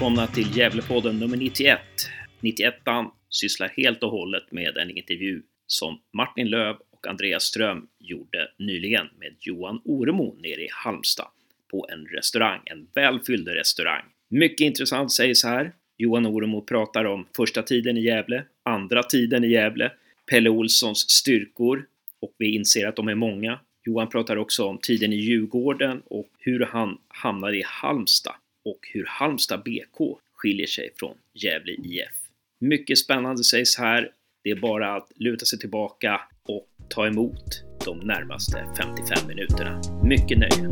välkomna till Gävlepodden nummer 91. 91an sysslar helt och hållet med en intervju som Martin Löv och Andreas Ström gjorde nyligen med Johan Oremo nere i Halmstad på en restaurang, en välfylld restaurang. Mycket intressant sägs här. Johan Oremo pratar om första tiden i Gävle, andra tiden i Gävle, Pelle Olssons styrkor och vi inser att de är många. Johan pratar också om tiden i Djurgården och hur han hamnade i Halmstad och hur Halmstad BK skiljer sig från Gävle IF. Mycket spännande sägs här. Det är bara att luta sig tillbaka och ta emot de närmaste 55 minuterna. Mycket nöje.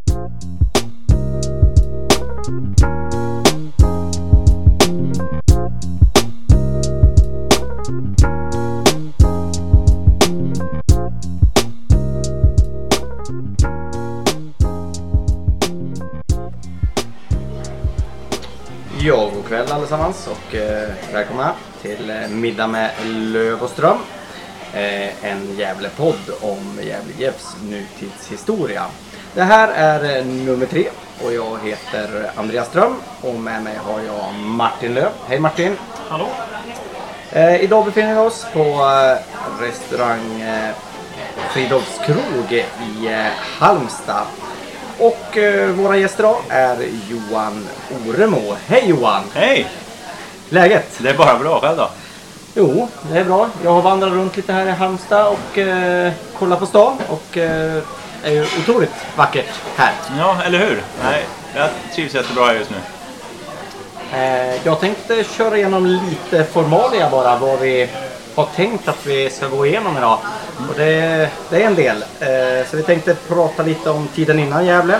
Ja, god kväll allesammans och välkomna till middag med Löv och Ström. En Gävlepodd om Gävle IFs nutidshistoria. Det här är nummer 3 och jag heter Andreas Ström och med mig har jag Martin Löv. Hej Martin! Hallå! Idag befinner vi oss på restaurang Fridolfs krog i Halmstad. Och våra gäster idag är Johan Oremo. Hej Johan! Hej! Läget? Det är bara bra, själv då? Jo, det är bra. Jag har vandrat runt lite här i Halmstad och kollat på stan. Och är ju otroligt vackert här. Ja, eller hur? Nej, jag trivs jättebra här just nu. Jag tänkte köra igenom lite formalia bara. Vad vi har tänkt att vi ska gå igenom idag. Och det är en del. Så vi tänkte prata lite om tiden innan Gävle.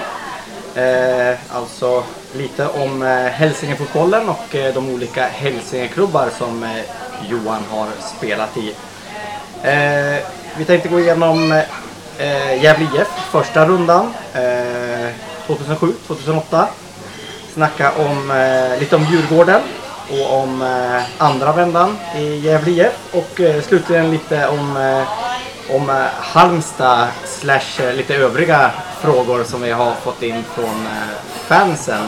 Alltså lite om Hälsingefotbollen och de olika Hälsingeklubbar som Johan har spelat i. Vi tänkte gå igenom Gävle IF första rundan 2007-2008. Snacka om lite om Djurgården och om andra vändan i Gävle IF och slutligen lite om Halmstad / lite övriga frågor som vi har fått in från fansen.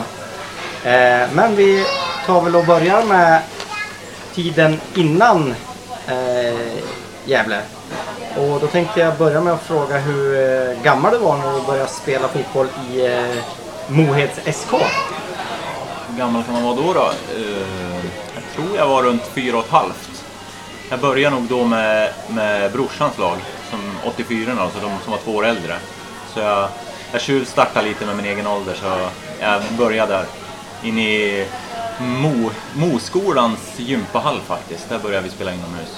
Men vi tar väl och börjar med tiden innan Gävle. Och då tänkte jag börja med att fråga hur gammal du var när du började spela fotboll i Moheds SK. Hur gammal kan man vara då? Jag tror jag var runt 4,5. Jag började nog då med brorsans lag, som 84, alltså de som var 2 år äldre. Så jag tjuvstartade lite med min egen ålder, så jag började där. In i Moskolans gympahall faktiskt, där började vi spela inomhus.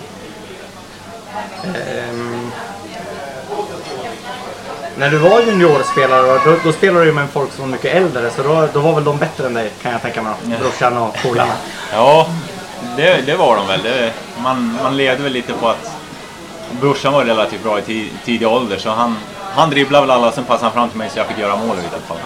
När du var juniorspelare, då spelade du med folk som var mycket äldre, så då var väl de bättre än dig, kan jag tänka mig då, brorsan och polarna. Ja, det var de väl. Man levde väl lite på att brorsan var relativt bra i tidig ålder, så han dribblade väl alla, sen passade han fram till mig så jag fick göra mål i alla fall.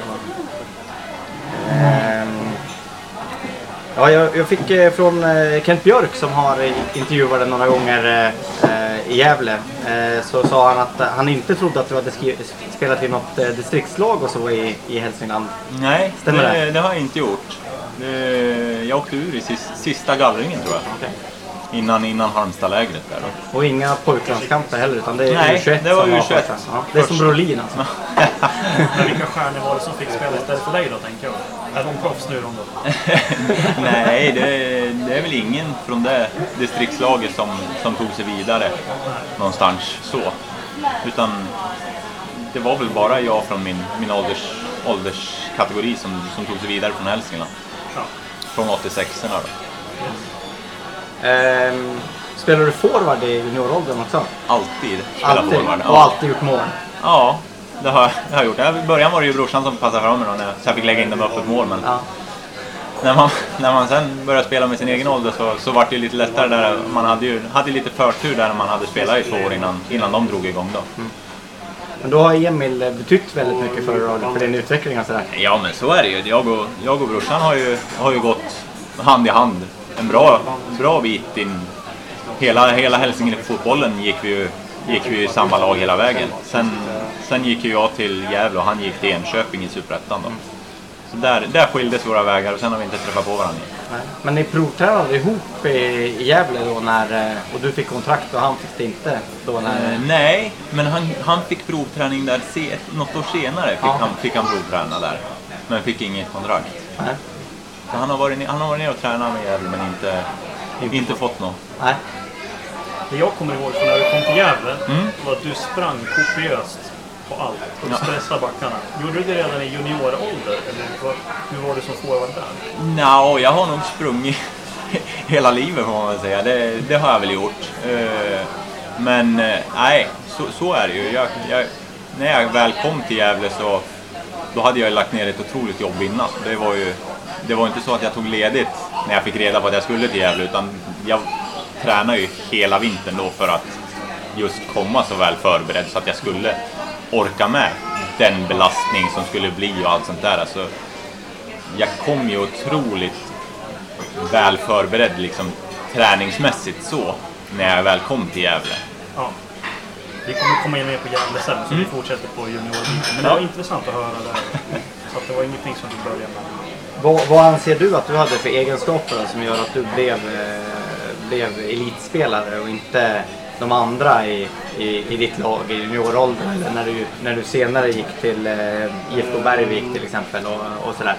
Ja, jag fick från Kent Björk som har intervjuat några gånger i Gävle, så sa han att han inte trodde att du hade spelat i något distriktslag och så i Hälsingland. Nej, det har jag inte gjort. Jag åkte ur i sista gallringen tror jag. Okay. Innan Halmstad-lägret där då. Och inga pojklandskamper heller, utan det är U21. Det var U21. Ja, det är som Brolin alltså. Men vilka stjärnor var det som fick spela istället för dig då, tänker jag? Är de proffs nu då? Nej, det är väl ingen från det distriktslaget som tog sig vidare någonstans så. Utan det var väl bara jag från min ålderskategori som tog sig vidare från Hälsingland. Ja. Från 86-erna då. Spelar du forward i junioråldern också? Alltid. Alltid? Forward. Och alltid gjort mål? Ja, det har jag gjort. I början var det ju brorsan som passade fram mig då, så jag fick lägga in dem öppet mål. Men när man sen började spela med sin egen ålder så var det ju lite lättare där. Man hade lite förtur där när man hade spelat i 2 år innan de drog igång då. Mm. Men då har Emil betytt väldigt mycket för din utveckling och sådär. Ja, men så är det ju. Jag och brorsan har ju gått hand i hand en bra bit in. Hela Hälsingefotbollen gick vi i samma lag hela vägen. Sen gick ju jag till Gävle och han gick till Enköping i Superettan då. Så där skildes våra vägar och sen har vi inte träffat på varandra. Nej. Men ni provtränade ihop i Gävle då och du fick kontrakt och han fick det inte? Då när... Nej, men han fick provträning där något år senare fick han provträna där. Men fick inget kontrakt. Nej. Så han har varit ner och tränat med Gävle men inte fått något. Nej. Det jag kommer ihåg från när du kom till Gävle var att du sprang kopiöst på allt och stressade backarna. Gjorde du det redan i juniorålder? Eller hur var det som forward där? Jag har nog sprungit hela livet får man väl säga. Det har jag väl gjort. Men nej, så är det ju. När jag väl kom till Gävle så då hade jag lagt ner ett otroligt jobb innan. Det var inte så att jag tog ledigt när jag fick reda på att jag skulle till Gävle, utan jag tränade ju hela vintern då för att just komma så väl förberedd så att jag skulle orka med den belastning som skulle bli och allt sånt där. Alltså, jag kom ju otroligt väl förberedd liksom, träningsmässigt så när jag väl kom till Gävle. Ja. Vi kommer komma in mer på Gävle sen så vi fortsätter på juniorbiten. Men det var intressant att höra där. Så att det var ingenting som du började med. Vad anser du att du hade för egenskaper som gör att du blev elitspelare och inte de andra i ditt lag i junioråldern eller när du senare gick till IFK Bergvik till exempel och sådär?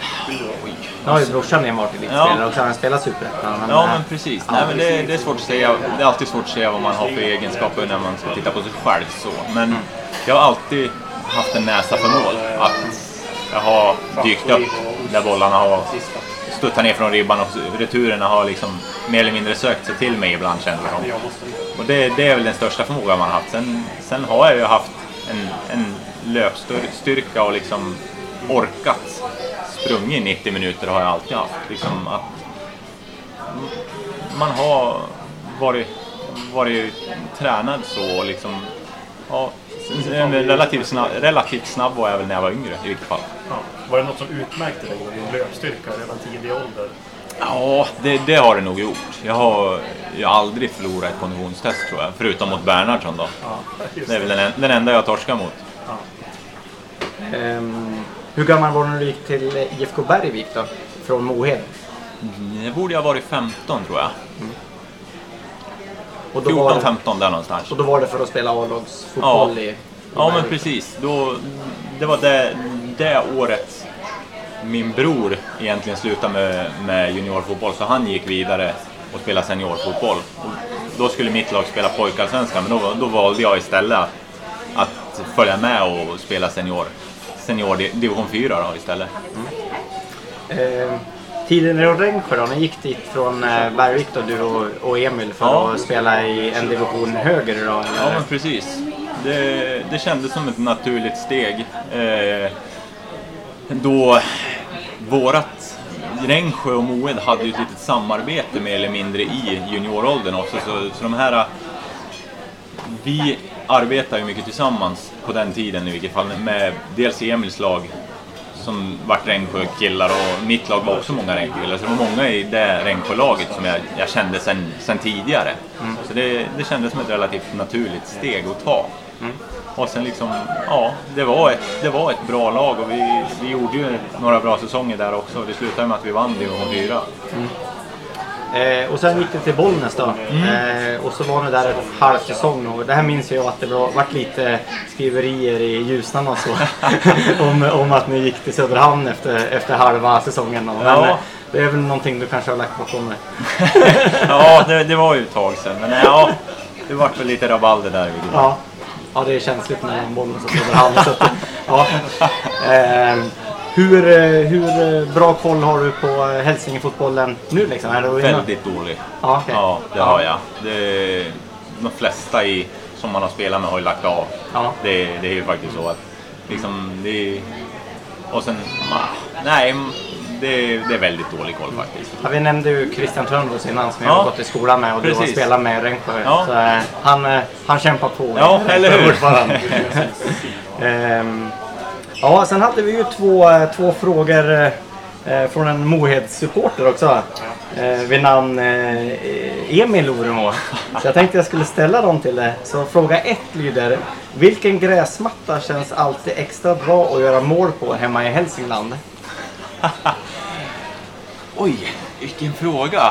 Nu har ju brorsan varit elitspelare och så har han spelat Superettan. Ja men precis. Nej, men det är svårt att säga. Det är alltid svårt att säga vad man har för egenskaper när man ska titta på sig själv så. Men jag har alltid haft en näsa för mål. Att jag har dykt upp där bollarna har stuttat ner från ribban och returerna har liksom mer eller mindre sökt sig till mig ibland känns det som. Och det är väl den största förmågan man har haft. Sen har jag ju haft en löpstyrka och liksom orkat sprungit 90 minuter har jag alltid haft. Liksom att man har varit tränad så liksom, ja, relativt snabb var jag väl när jag var yngre i vilket fall. Ja. Var det något som utmärkte dig i din löpstyrka redan tidig ålder? Ja, det har det nog gjort. Jag har aldrig förlorat ett konditionstest tror jag, förutom mot Bernhardsson då. Ja, det är väl den enda jag torskar mot. Ja. Hur gammal var du när du gick till IFK Bergvik då? Från Mohed? Det borde jag ha varit 15 tror jag. 14-15 där någonstans. Och då var det för att spela A-lagsfotboll i Ja men precis. Det var det året min bror egentligen slutade med juniorfotboll. Så han gick vidare och spelade seniorfotboll. Och då skulle mitt lag spela pojkarsvenska. Men då valde jag istället att följa med och spela senior division 4 då istället. Tiden i Rengsjö då, ni gick dit från Bergvik då, du och Emil för att spela i en division högre då? Eller? Ja men precis. Det kändes som ett naturligt steg. Då vårat Rengsjö och Mohed hade ju ett litet samarbete mer eller mindre i junioråldern också. Så de här, vi arbetar ju mycket tillsammans på den tiden i vilket fall med dels Emils lag som vart Rengsjö killar och mitt lag var också många Rengsjö killar. Så det var många i det Rengsjö-laget som jag kände sen tidigare. Så det kändes som ett relativt naturligt steg att ta. Och sen liksom, ja, det var ett bra lag och vi gjorde ju några bra säsonger där också. Det slutade med att vi vann division 4. Och sen gick det till Bollnäs då. Och så var det där ett halv säsong och det här minns jag att det varit lite skriverier i Ljusnan och så om att ni gick till Söderhamn efter halva säsongen. Men det är väl någonting du kanske har lagt bakom dig. Ja, det var ju ett tag sedan. Men ja, det var väl lite rabalder där. Ja, det är känsligt med Bollnäs och Söderhamn. Så att, ja. Hur bra koll har du på Hälsingefotbollen nu liksom? Väldigt dålig. Ja, okay. Ja, det har jag. De flesta som man har spelat med har ju lagt av. Ja. Det är ju faktiskt så att liksom och sen nej, det är väldigt dålig koll faktiskt. Ja, vi nämnde ju Christian Tröndros innan som jag har gått i skolan med och du har spelat med Rengsjö. Ja. Så han kämpar på. Ja, eller hur? Ja, sen hade vi ju två frågor från en Mohed-supporter också. Vid namn Emil Oremo. Så jag tänkte jag skulle ställa dem till det. Så fråga 1 lyder: vilken gräsmatta känns alltid extra bra att göra mål på hemma i Hälsingland? Oj, vilken fråga.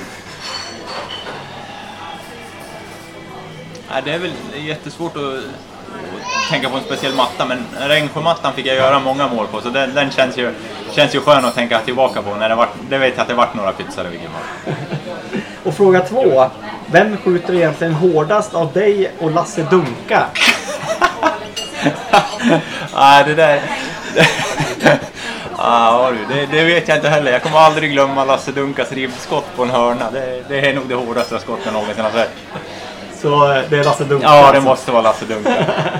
Det är väl jättesvårt att tänka på en speciell matta, men regnsjömattan fick jag göra många mål på, så den känns ju skön att tänka tillbaka på. När det vet jag att det varit några pytsar i vilken mål. Och fråga 2. Vem skjuter egentligen hårdast av dig och Lasse Dunka? Det där... det vet jag inte heller. Jag kommer aldrig glömma Lasse Dunkas ribbskott på en hörna. Det är nog det hårdaste skott jag någonsin har sett. Så det är Lasse Dunka? Ja, det måste vara Lasse Dunka.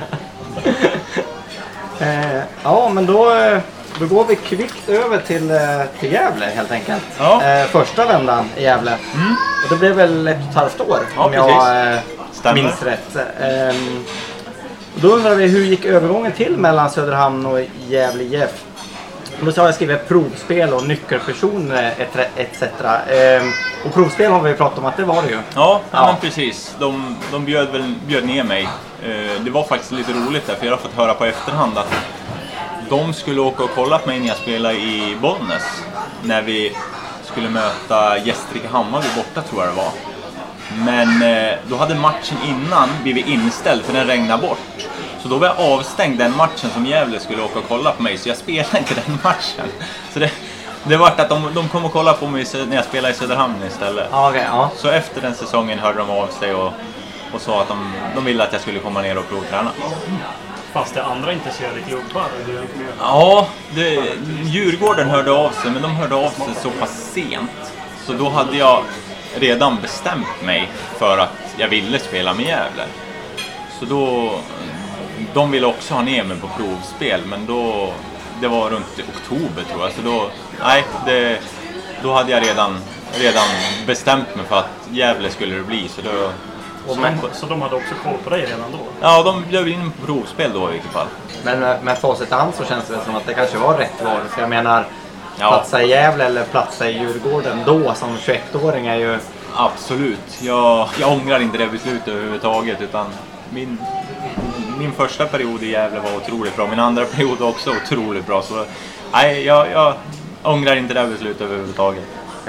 Ja, men då går vi kvickt över till Gävle helt enkelt. Ja. Första vändan i Gävle. Och det blev väl 1,5 år om jag minns rätt. Då undrar vi, hur gick övergången till mellan Söderhamn och Gävle IF? Då har jag skrivit provspel och nyckelpersoner etc. Och provspel har vi pratat om att det var det ju. Ja. Men precis. De bjöd ner mig. Det var faktiskt lite roligt där, för jag har fått höra på efterhand att de skulle åka och kolla på mig när jag spelade i Bollnäs. När vi skulle möta Gästrike Hammarby borta, tror jag det var. Men då hade matchen innan blivit inställd för den regnade bort. Så då var jag avstängd den matchen som Gävle skulle åka och kolla på mig. Så jag spelade inte den matchen. Så det var att de kom och kolla på mig när jag spelade i Söderhamn istället. Så efter den säsongen hörde de av sig och sa att de ville att jag skulle komma ner och provträna. Fast det andra intresserade klubbar? Ja, Djurgården hörde av sig, men de hörde av sig så pass sent. Så då hade jag redan bestämt mig för att jag ville spela med Gävle. Så då, de ville också ha ner mig på provspel, men det var runt oktober tror jag. Så då hade jag redan bestämt mig för att Gävle skulle det bli. Så de hade också koll på dig redan då? Ja, de blev in på provspel då i vilket fall. Men med facit i hand så känns det som att det kanske var rätt val. För jag menar, platsa i Gävle eller platsa i Djurgården då som 21-åring är ju... Absolut. Jag ångrar inte det beslutet överhuvudtaget, utan min första period i Gävle var otroligt bra. Min andra period var också otroligt bra. Så jag ångrar inte det beslutet överhuvudtaget.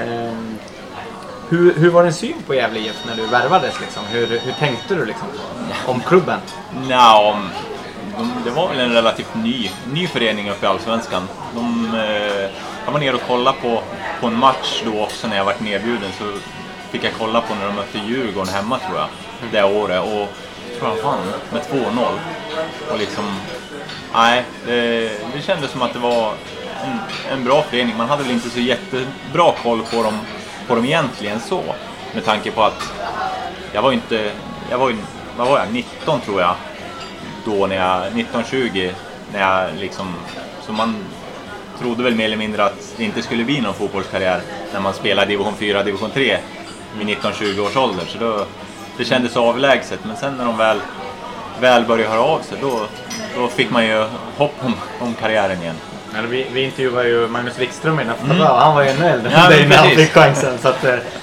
Hur var din syn på Gävle IF när du värvades liksom? Hur tänkte du liksom om klubben? Det var väl en relativt ny förening uppe i Allsvenskan. Jag var ner och kollade på en match då också när jag varit nedbjuden, så fick jag kolla på när de mötte Djurgården hemma tror jag, det året, och tror jag vann med 2-0. Och liksom, det kändes som att det var en bra förening. Man hade väl inte så jättebra koll på dem egentligen så, med tanke på att jag var 19 tror jag då, när jag 19-20 när jag liksom, så man trodde väl mer eller mindre att det inte skulle bli någon fotbollskarriär när man spelade division 4, division 3 vid 19-20 års ålder, så det kändes avlägset. Men sen när de väl började höra av sig, då fick man ju hopp om karriären igen. Vi intervjuade ju Magnus Wikström innan, han var ju nöjd när han fick chansen. Så att,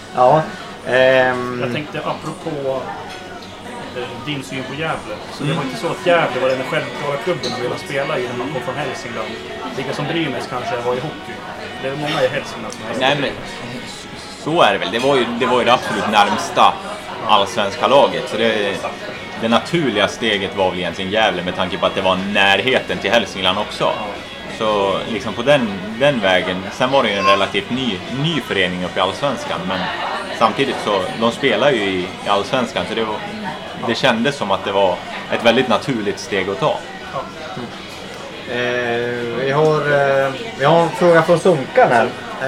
Jag tänkte apropå din syn på Gävle. Så det var inte så att Gävle var den självklara klubben att vilja spela i när man kom från Hälsingland. Lika som Brynäs kanske var i hockey. Det är många i Hälsingland som Nej, men så är det väl. Det var ju det absolut närmsta allsvenska laget. Så det naturliga steget var väl egentligen Gävle, med tanke på att det var närheten till Hälsingland också. Så liksom på den vägen. Sen var det ju en relativt ny förening uppe i Allsvenskan, men samtidigt så de spelar ju i Allsvenskan, så det kändes som att det var ett väldigt naturligt steg att ta. Vi har en fråga från Sunkan här.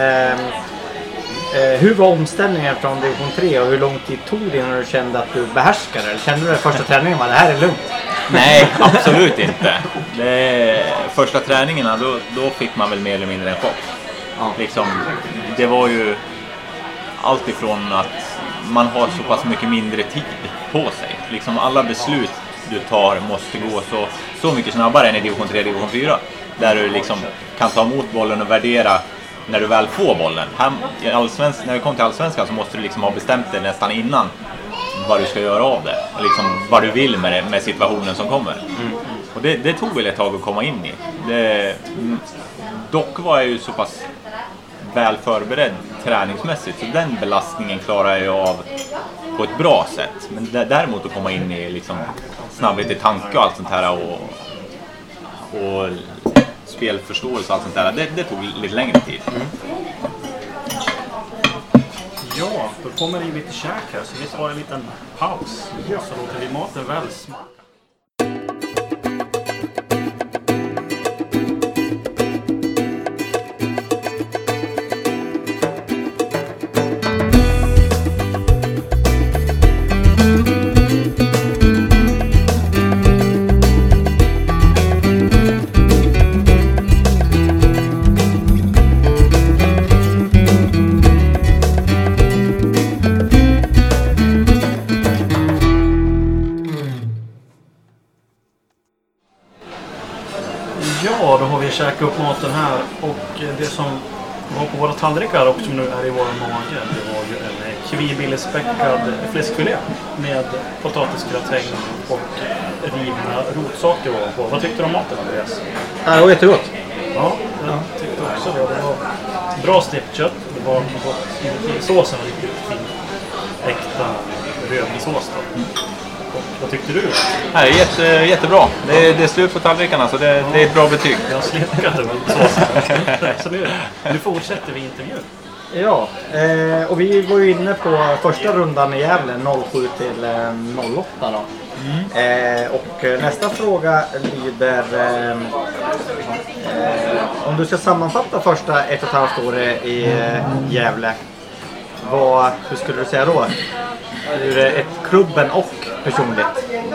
Hur var omställningen från division 3 och hur lång tid tog det innan du kände att du behärskade? Eller kände du det första träningen att det här är lugnt? Nej, absolut inte. Första träningarna då fick man väl mer eller mindre en chock. Ja. Liksom, det var ju allt ifrån att man har så pass mycket mindre tid på sig. Liksom alla beslut du tar måste gå så mycket snabbare än i division 3, division 4. Där du liksom kan ta emot bollen och värdera när du väl får bollen. När du kom till Allsvenskan så måste du liksom ha bestämt dig nästan innan vad du ska göra av det. Och liksom vad du vill med situationen som kommer. Och det tog väl ett tag att komma in i. Dock var jag ju så pass väl förberedd träningsmässigt, så den belastningen klarar jag av på ett bra sätt. Men däremot att komma in i liksom snabbhet i tanke och allt sånt här och spelförståelse och allt sånt där, det tog lite längre tid. Ja, då kommer det ju lite käk här, så vi tar en liten paus. Så låter vi maten väl smaka. Ja, då har vi käkat upp maten här och det som var på våra tallrikar och som nu är i våra mage, det var ju en kvibillespäckad fläskfilé med potatisgratäng och rivna rotsaker ovanpå. Vad tyckte du om maten, Andreas? Det var jättegott. Ja, jag tyckte också det. Det var bra stekt kött, det var gott inuti. Såsen var riktigt fin. Äkta rödvinsås då. Vad tyckte du? Nej, jättebra. Det är slut på tallrikarna, så det är ett bra betyg. Jag har slickat över såsen. Så nu fortsätter vi intervjun. Ja, och vi var ju inne på första rundan i Gävle, 07 till 08 då. Och nästa fråga lyder, om du ska sammanfatta första 1,5 år i Gävle, hur skulle du säga då? Ur ett klubben och personligt?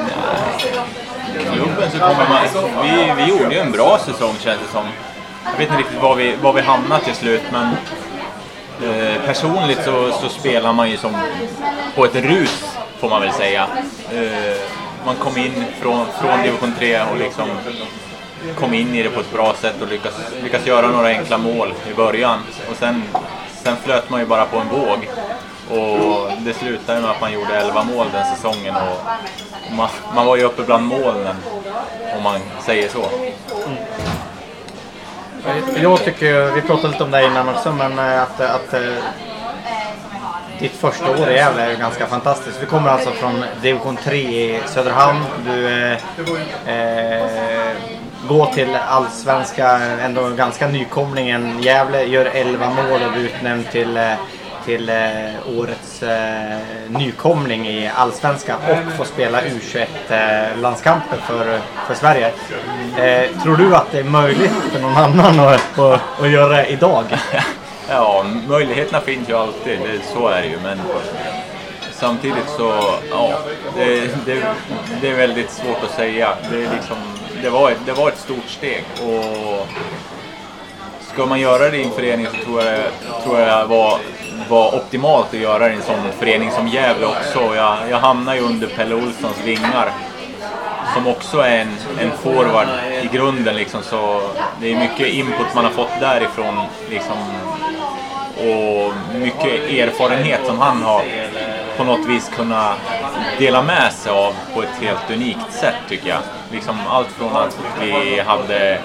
Klubben så kommer man... Vi gjorde ju en bra säsong, känns det som. Jag vet inte riktigt var vi hamnat till slut, men personligt så spelar man ju som på ett rus, får man väl säga. Man kom in från division 3 och liksom kom in i det på ett bra sätt och lyckas göra några enkla mål i början. Och sen flöt man ju bara på en våg. Och det slutade med att man gjorde 11 mål den säsongen och man var ju uppe bland molnen, om man säger så. Jag tycker, vi pratade lite om det innan också, men att ditt första år i Gävle är ganska fantastiskt. Vi kommer alltså från division 3 i Söderhamn. Du går till allsvenska, ändå ganska nykomlingen Gävle, gör 11 mål och blir utnämnd till årets nykomling i allsvenska och får spela U21-landskamper för Sverige. Tror du att det är möjligt för någon annan att göra det idag? Ja, möjligheterna finns ju alltid, så är det ju, men samtidigt så, ja, det är väldigt svårt att säga. Det var ett stort steg, och ska man göra det i en förening så tror jag var optimalt att göra det i en sån förening som Gävle också. Jag hamnar ju under Pelle Olssons vingar, som också är en forward i grunden liksom, så det är mycket input man har fått därifrån liksom, och mycket erfarenhet som han har på något vis kunnat dela med sig av på ett helt unikt sätt, tycker jag. Liksom allt från att vi hade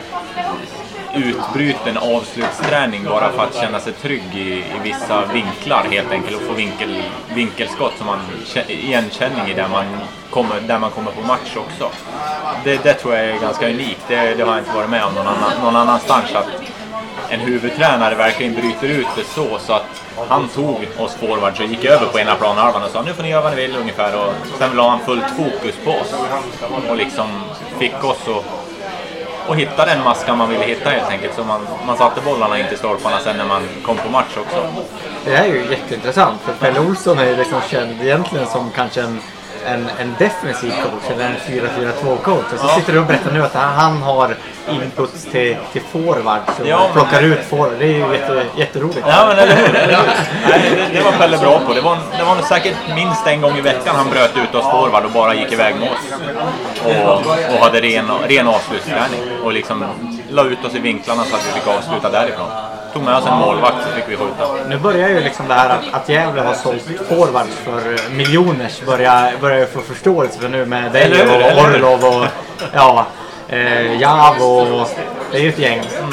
utbruten avslutsträning bara för att känna sig trygg i vissa vinklar helt enkelt, och få vinkelskott som man igenkänning i där man kommer på match också. Det tror jag är ganska unikt. Det har jag inte varit med om någon annanstans, att en huvudtränare verkligen bryter ut det så att han tog oss forwards och gick över på ena planhalvan och sa nu får ni göra vad ni vill ungefär, och sen la han fullt fokus på oss och liksom fick oss och hitta den maskan man ville hitta helt enkelt, så man satte bollarna in till stolparna sen när man kom på match också. Det här är ju jätteintressant, för Pelle Olsson är ju liksom känd egentligen som kanske en defensiv coach eller en 4-4-2 coach, och så sitter du och berättar nu att han har inputs till forward och plockar ut forward. Det är ju jätteroligt. Ja, men det var Pelle bra på. Det var nog säkert minst en gång i veckan han bröt ut oss forward och bara gick iväg med oss och hade ren avslutsträning och liksom la ut oss i vinklarna så att vi fick avsluta därifrån. Tog med oss en målvakt så fick vi skjuta. Nu börjar ju liksom det här att Gävle har sålt forwards för miljoners börjar få förståelse för nu med dig och Orlov och Jav och det är ju ett gäng.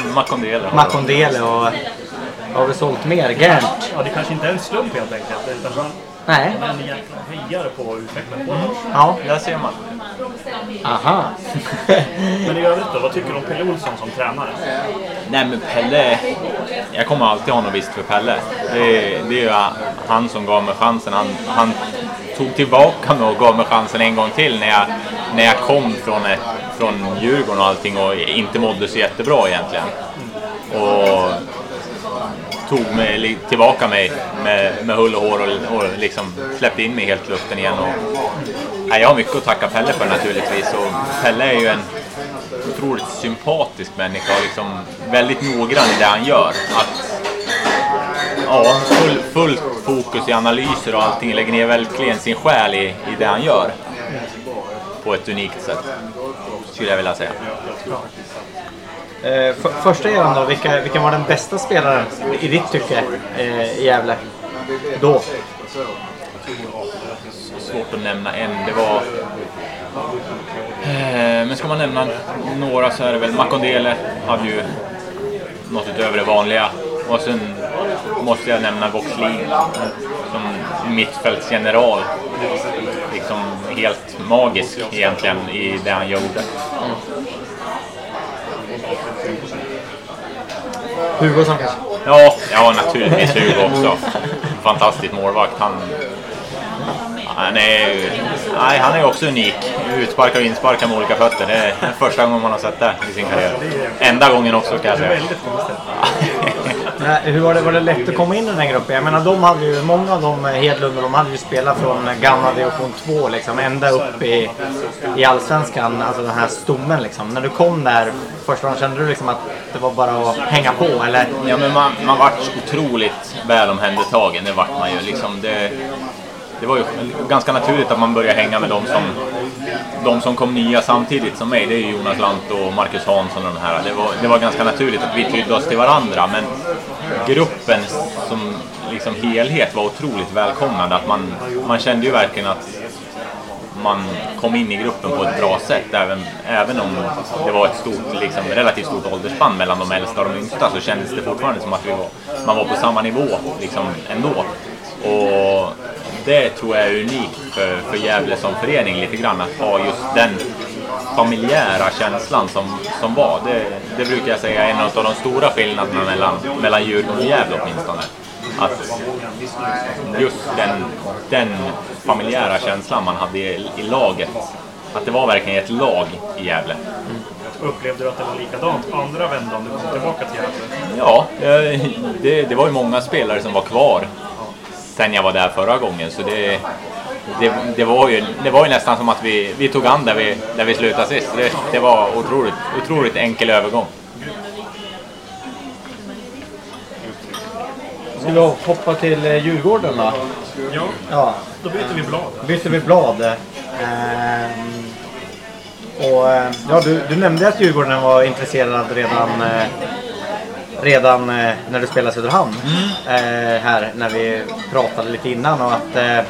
Makondele och har vi sålt mer? Gärnt. Ja, det kanske inte är en slump helt enkelt. Utan Nej. han är en jäkla hejare på att utveckla på. Ja. Där ser man. Aha. Men i övrigt då, vad tycker du om Pelle Olsson som tränare? Nej men Pelle, jag kommer alltid ha något visst för Pelle. Det är ju han som gav mig chansen. Han tog tillbaka mig och gav mig chansen en gång till när jag kom från Djurgården och allting och inte mådde så jättebra egentligen. Och tog mig tillbaka mig med hull och hår och liksom släppte in mig helt i luften igen. Och, jag har mycket att tacka Pelle för naturligtvis. Och Pelle är ju en otroligt sympatisk människa och liksom väldigt noggrann i det han gör. Fullt fokus i analyser och allting, lägger ner verkligen sin själ i det han gör. På ett unikt sätt, skulle jag vilja säga. Första eran då, vilken var den bästa spelaren i ditt tycke i Gävle då? Svårt att nämna en, det var... men ska man nämna några så är det väl Makondele hade ju något utöver det vanliga. Och sen måste jag nämna Voxlin som mittfältsgeneral. Liksom helt magisk egentligen i det han gjorde. Hugosson kanske? Ja, naturligtvis Hugo också. Fantastisk målvakt. Han är också unik. Utsparkar och insparkar med olika fötter. Det är första gången man har sett det i sin karriär. Enda gången också kan jag säga. Hur var det lätt att komma in i den gruppen? Jag menar, många av de Hedlund och de hade ju spelat från gamla division 2 liksom, ända upp i allsvenskan, alltså den här stommen liksom. När du kom där första gången, kände du liksom att det var bara att hänga på, eller? Ja, men man var otroligt väl omhändertagen, det vart man ju liksom. Det var ju ganska naturligt att man började hänga med de som kom nya samtidigt som mig. Det är ju Jonas Lant och Marcus Hansson och de här. Det var ganska naturligt att vi tydde oss till varandra. Men gruppen som liksom helhet var otroligt välkomnande. Att man kände ju verkligen att man kom in i gruppen på ett bra sätt. Även om det var ett stort, liksom, relativt stort åldersspann mellan de äldsta och de yngsta, så kändes det fortfarande som att man var på samma nivå liksom, ändå. Och det tror jag är unikt för Gävle som förening lite grann, att ha just den familjära känslan som var. Det brukar jag säga är en av de stora skillnaderna mellan Djurgården och Gävle åtminstone. Att just den familjära känslan man hade i laget, att det var verkligen ett lag i Gävle. Upplevde du att det var likadant andra vändan du kom tillbaka till Gävle? Ja, det var ju många spelare som var kvar sen jag var där förra gången, så det var ju nästan som att vi tog an där vi slutade sist. Det var otroligt enkel övergång. Ska vi hoppa till Djurgården då? Ja. Då byter vi blad. Du nämnde att Djurgården var intresserad redan när du spelade Söderhamn här när vi pratade lite innan, och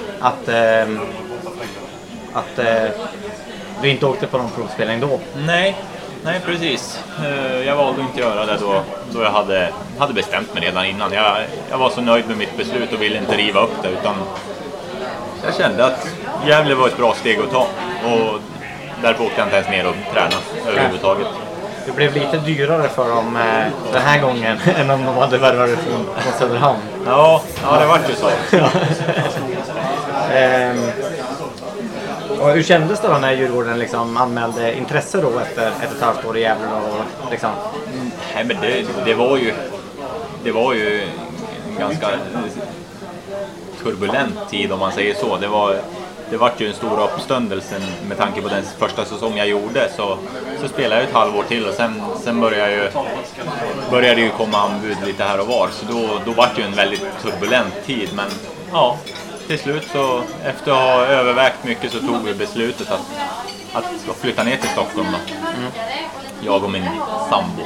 att du inte åkte på någon provspelning då. Nej, precis. Jag valde inte att göra det då jag hade bestämt mig redan innan. Jag var så nöjd med mitt beslut och ville inte riva upp det, utan jag kände att Gävle var ett bra steg att ta, och därför åkte jag inte ens ner och träna överhuvudtaget. Det blev lite dyrare för dem den här gången än om de hade värvat från Söderhamn. Ja, det var ju så. Och hur kändes det då när Djurgården liksom anmälde intresse då efter ett halvt år i Gävle och liksom? Nej, men det var ju en ganska turbulent tid, om man säger så. Det var ju en stor uppståndelse med tanke på den första säsong jag gjorde, så spelade jag ett halvår till, och sen började det ju komma anbud lite här och var, så då var det ju en väldigt turbulent tid, men ja, till slut så efter att ha övervägt mycket så tog vi beslutet att flytta ner till Stockholm då. Jag och min sambo.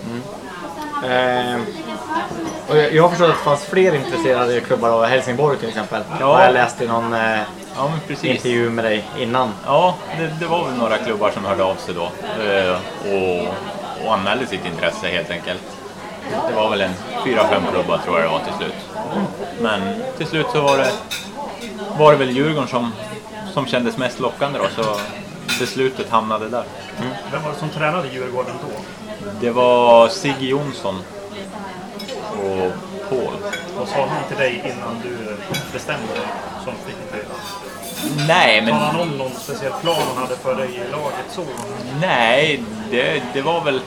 Och jag har förstått att det fanns fler intresserade klubbar av Helsingborg till exempel. Ja. Jag läste i någon intervju med dig innan. Ja, det var väl några klubbar som hörde av sig då. och anmälde sitt intresse helt enkelt. Det var väl en 4-5 klubbar tror jag det var till slut. Men till slut så var det väl Djurgården som kändes mest lockande då, så beslutet hamnade där. Vem var det som tränade Djurgården då? Det var Sigge Jonsson och Paul. Vad sa han till dig innan du bestämde dig som fick inte? Nej, men... Sa han om någon speciell plan han hade för dig i laget så? Nej, det var väl...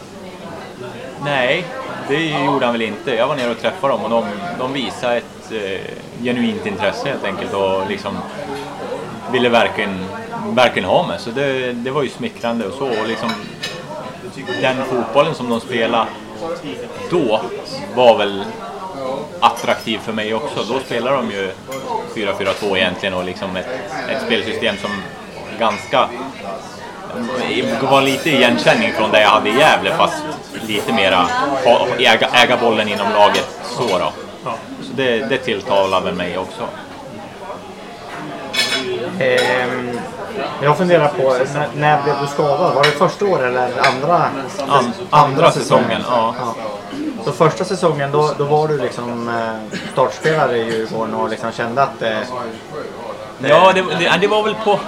Nej, det gjorde han väl inte. Jag var nere och träffade dem och de visade ett genuint intresse helt enkelt och liksom ville verkligen ha mig. Så det var ju smickrande och så. Och liksom, den fotbollen som de spelade då var väl attraktiv för mig också. Då spelar de ju 4-4-2 egentligen och liksom ett spelsystem som ganska var lite igenkänning från det jag hade i Gävle, fast lite mera äga bollen inom laget så då. Så det tilltalar väl mig också. Jag funderar på, när blev du skadad? Var det första året eller Andra säsongen, ja. Så första säsongen då var du liksom startspelare i Djurgården och liksom kände att Ja, det var väl på...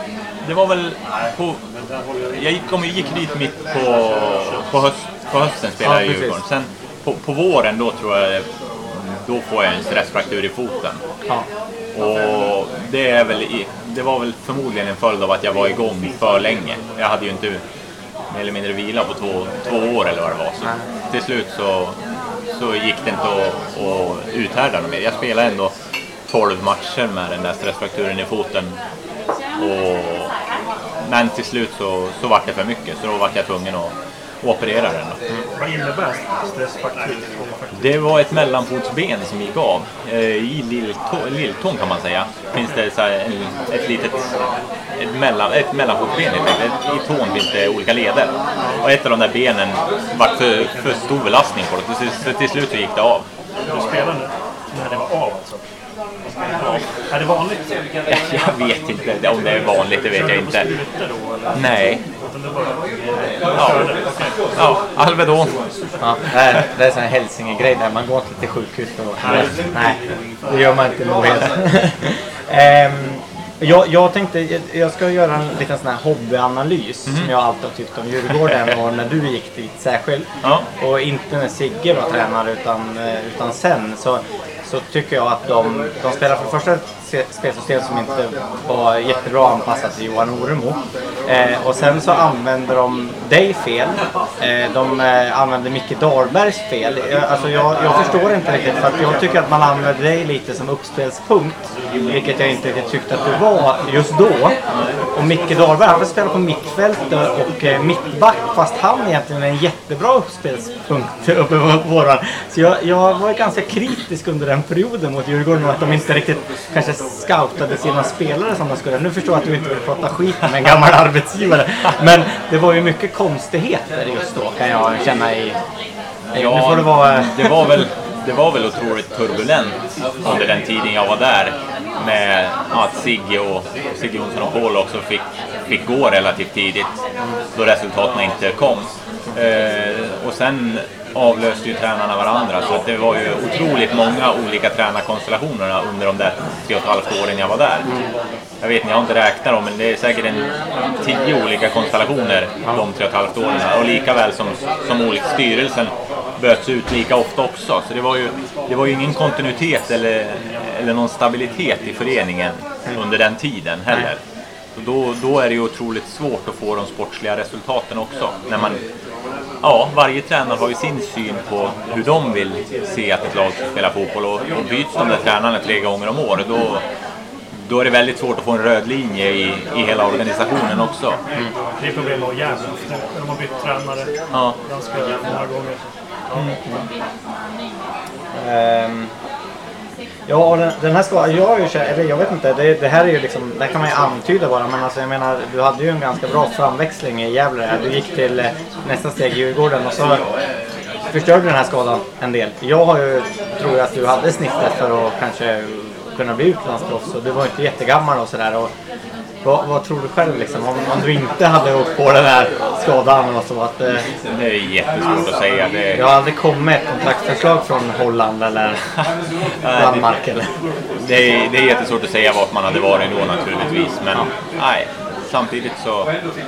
Jag gick dit mitt på hösten spelade jag i Djurgården. Sen på våren då tror jag då får jag en stressfraktur i foten. Ja. Och det var väl förmodligen en följd av att jag var igång för länge. Jag hade ju inte mer eller mindre vila på två år eller vad det var. Så till slut så gick det inte att uthärda mer. Jag spelade ändå 12 matcher med den där stressfrakturen i foten. Men till slut så var det för mycket, så då var jag tvungen att operera den. Vad innebär stressfraktur? Det var ett mellanfotsben som gick av i lilltån kan man säga. Finns det så här ett mellanfotsben i tån finns det olika leder. Och ett av de där benen var för stor belastning på det, så till slut så gick det av. Du spelade när det var av alltså? Är det vanligt? Jag vet inte om det är vanligt, det vet jag inte. Nej. Ja, Alvedon. Ja, det är sån här Hälsingegrej där man går inte till sjukhus och... Nej, det gör man inte nog helt. Jag tänkte, jag ska göra en liten sån här hobbyanalys som jag alltid har tyckt om Djurgården och när du gick dit särskilt. Ja. Och inte när Sigge var tränare utan sen så tycker jag att de spelar för det första ett spelsystem som inte var jättebra anpassat till Johan Oremo. Och sen så använder de dig fel. De använder Micke Dahlbergs fel. Alltså jag förstår inte riktigt, för att jag tycker att man använder dig lite som uppspelspunkt, vilket jag inte tyckte att du var just då. Och Micke Dahlberg, han vill spela på mittfältet och mittback, fast han egentligen är en jättebra uppspelspunkt uppe på våran. Så jag var ganska kritisk under den perioden mot Djurgården, att de inte riktigt kanske scoutade sina spelare som de skulle. Nu förstår jag att du inte vill prata skit med en gammal arbetsgivare, men det var ju mycket konstigheter just då, kan jag känna i... Ja, nu får det var väl otroligt turbulent under den tiden jag var där, med att Sigge Jonsson och Paul också fick gå relativt tidigt då resultaten inte kom. Och sen avlöste ju tränarna varandra, så att det var ju otroligt många olika tränarkonstellationer under de där 3,5 åren jag var där. Jag vet inte, jag har inte räknat dem, men det är säkert 10 olika konstellationer de 3,5 åren, och lika väl som olika styrelsen böts ut lika ofta också. Så det var ju ingen kontinuitet eller någon stabilitet i föreningen under den tiden heller. Så då är det ju otroligt svårt att få de sportsliga resultaten också. När varje tränare har ju sin syn på hur de vill se att ett lag ska spela fotboll, och byts de där tränarna 3 gånger om året, då är det väldigt svårt att få en röd linje i hela organisationen också. Det är problem med Gävle. De har bytt tränare ganska många gånger. Ja, den här skadan, jag vet inte, det här är ju liksom, det kan man ju antyda bara, men alltså jag menar, du hade ju en ganska bra framväxling i Gävle. Du gick till nästa steg i Djurgården och så förstörde den här skadan en del. Jag tror att du hade snittet för att kanske kunna bli utlandsproffs, och du var inte jättegammal och sådär. Vad tror du själv liksom, om du inte hade åkt på den här skadan? Och så att, det är jättesvårt att säga. Det har aldrig kommit ett kontraktförslag från Holland eller Danmark? Eller? Det är jättesvårt att säga vart man hade varit då naturligtvis. Men nej, samtidigt så...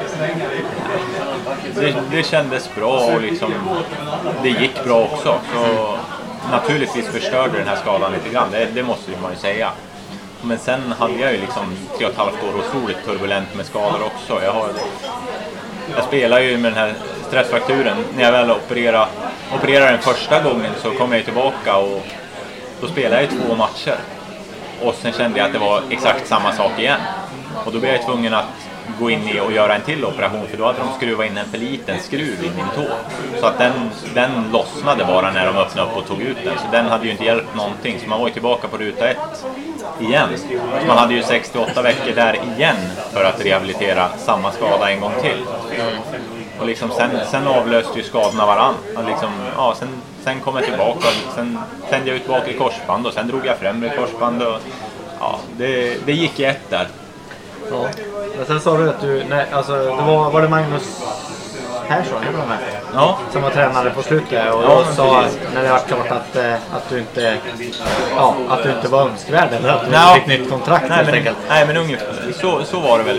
Det kändes bra och liksom, det gick bra också. Så naturligtvis förstörde den här skadan lite grann, det måste man ju säga. Men sen hade jag ju liksom 3,5 år otroligt turbulent med skador också. Jag spelar ju med den här stressfrakturen. När jag väl opererade den första gången så kom jag tillbaka och då spelade jag 2 matcher. Och sen kände jag att det var exakt samma sak igen. Och då blev jag tvungen att gå in och göra en till operation, för då hade de skruvat in en för liten skruv i min tå. Så att den lossnade bara när de öppnade upp och tog ut den. Så den hade ju inte hjälpt någonting. Så man var ju tillbaka på ruta 1 igen. Så man hade ju 6-8 veckor där igen för att rehabilitera samma skada en gång till. Och liksom sen avlöste ju skadorna varann. Liksom, ja, sen kom jag tillbaka och sen tände jag ut bak i korsband och sen drog jag främre korsband. Och, ja, det gick i ett där. Ja. Men sen sa du att var det Magnus Persson som var tränare på slutet och då sa när det var klart att du inte var önskvärd eller att du fick nytt kontrakt helt enkelt. Nej, men ungefär så var det väl.